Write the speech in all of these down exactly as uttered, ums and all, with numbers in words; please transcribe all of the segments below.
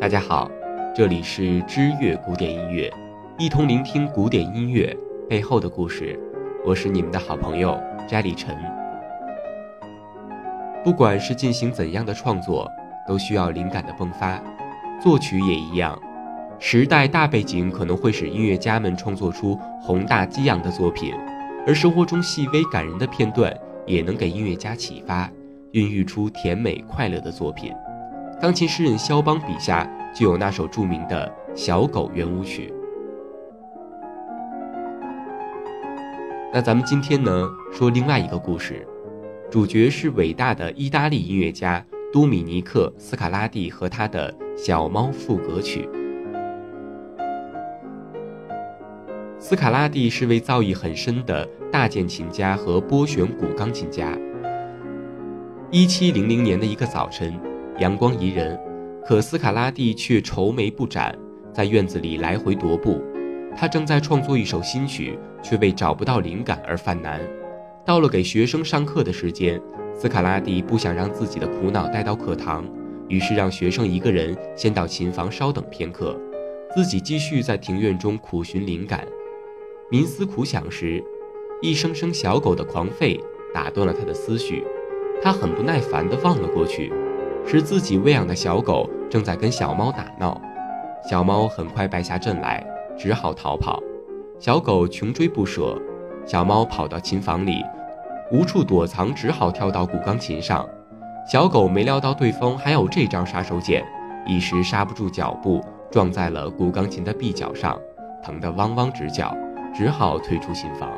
大家好，这里是知乐古典音乐，一同聆听古典音乐背后的故事。我是你们的好朋友斋里晨。不管是进行怎样的创作，都需要灵感的迸发，作曲也一样。时代大背景可能会使音乐家们创作出宏大激昂的作品，而生活中细微感人的片段也能给音乐家启发，孕育出甜美快乐的作品。钢琴诗人肖邦笔下就有那首著名的《小狗圆舞曲》。那咱们今天呢，说另外一个故事，主角是伟大的意大利音乐家多米尼克·斯卡拉蒂和他的《小猫赋格曲》。斯卡拉蒂是位造诣很深的大键琴家和拨弦古钢琴家。一七零零年的一个早晨，阳光宜人，可斯卡拉蒂却愁眉不展，在院子里来回踱步。他正在创作一首新曲，却为找不到灵感而犯难。到了给学生上课的时间，斯卡拉蒂不想让自己的苦恼带到课堂，于是让学生一个人先到琴房稍等片刻，自己继续在庭院中苦寻灵感。冥思苦想时，一声声小狗的狂吠打断了他的思绪。他很不耐烦地望了过去，是自己喂养的小狗正在跟小猫打闹。小猫很快败下阵来，只好逃跑。小狗穷追不舍，小猫跑到琴房里，无处躲藏，只好跳到古钢琴上。小狗没料到对方还有这招杀手锏，一时刹不住脚步，撞在了古钢琴的壁角上，疼得汪汪直叫，只好退出琴房。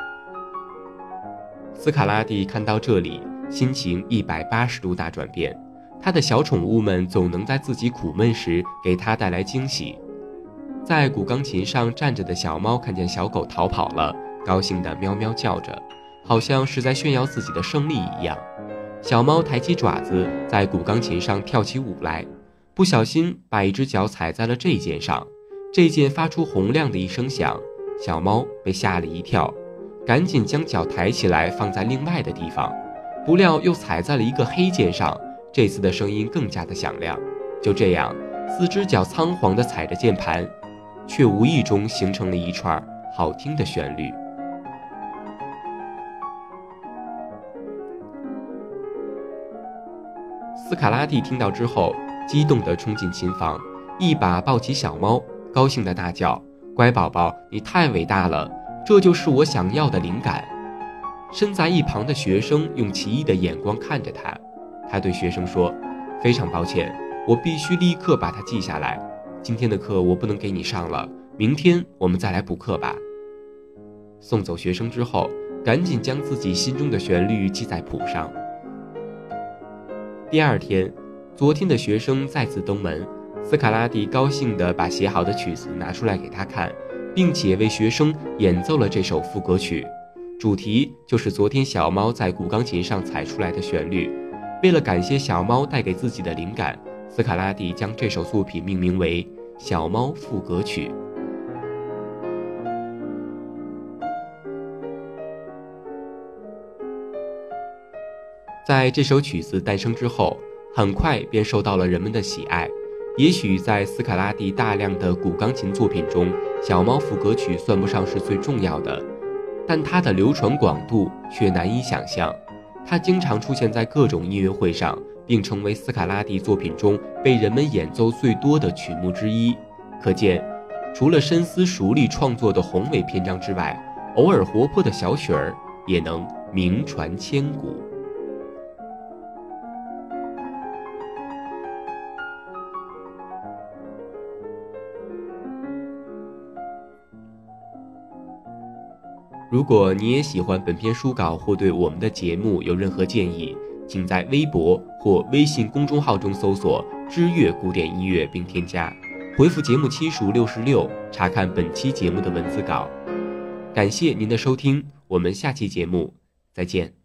斯卡拉蒂看到这里，心情一百八十度大转变。他的小宠物们总能在自己苦闷时给他带来惊喜。在古钢琴上站着的小猫看见小狗逃跑了，高兴地喵喵叫着，好像是在炫耀自己的胜利一样。小猫抬起爪子，在古钢琴上跳起舞来，不小心把一只脚踩在了这件上，这件发出洪亮的一声响，小猫被吓了一跳，赶紧将脚抬起来放在另外的地方，不料又踩在了一个黑键上，这次的声音更加的响亮。就这样，四只脚仓皇地踩着键盘，却无意中形成了一串好听的旋律。斯卡拉蒂听到之后，激动地冲进琴房，一把抱起小猫，高兴地大叫：乖宝宝，你太伟大了，这就是我想要的灵感。身在一旁的学生用奇异的眼光看着他，他对学生说：非常抱歉，我必须立刻把它记下来，今天的课我不能给你上了，明天我们再来补课吧。送走学生之后，赶紧将自己心中的旋律记在谱上。第二天，昨天的学生再次登门，斯卡拉蒂高兴地把写好的曲子拿出来给他看，并且为学生演奏了这首赋格曲，主题就是昨天小猫在古钢琴上踩出来的旋律。为了感谢小猫带给自己的灵感，斯卡拉蒂将这首作品命名为《小猫赋格曲》。在这首曲子诞生之后，很快便受到了人们的喜爱。也许在斯卡拉蒂大量的古钢琴作品中，小猫赋格曲算不上是最重要的，但它的流传广度却难以想象。它经常出现在各种音乐会上，并成为斯卡拉蒂作品中被人们演奏最多的曲目之一。可见，除了深思熟虑创作的宏伟篇章之外，偶尔活泼的小曲儿也能名传千古。如果你也喜欢本篇书稿或对我们的节目有任何建议，请在微博或微信公众号中搜索知乐古典音乐并添加，回复节目期数六十六查看本期节目的文字稿。感谢您的收听，我们下期节目再见。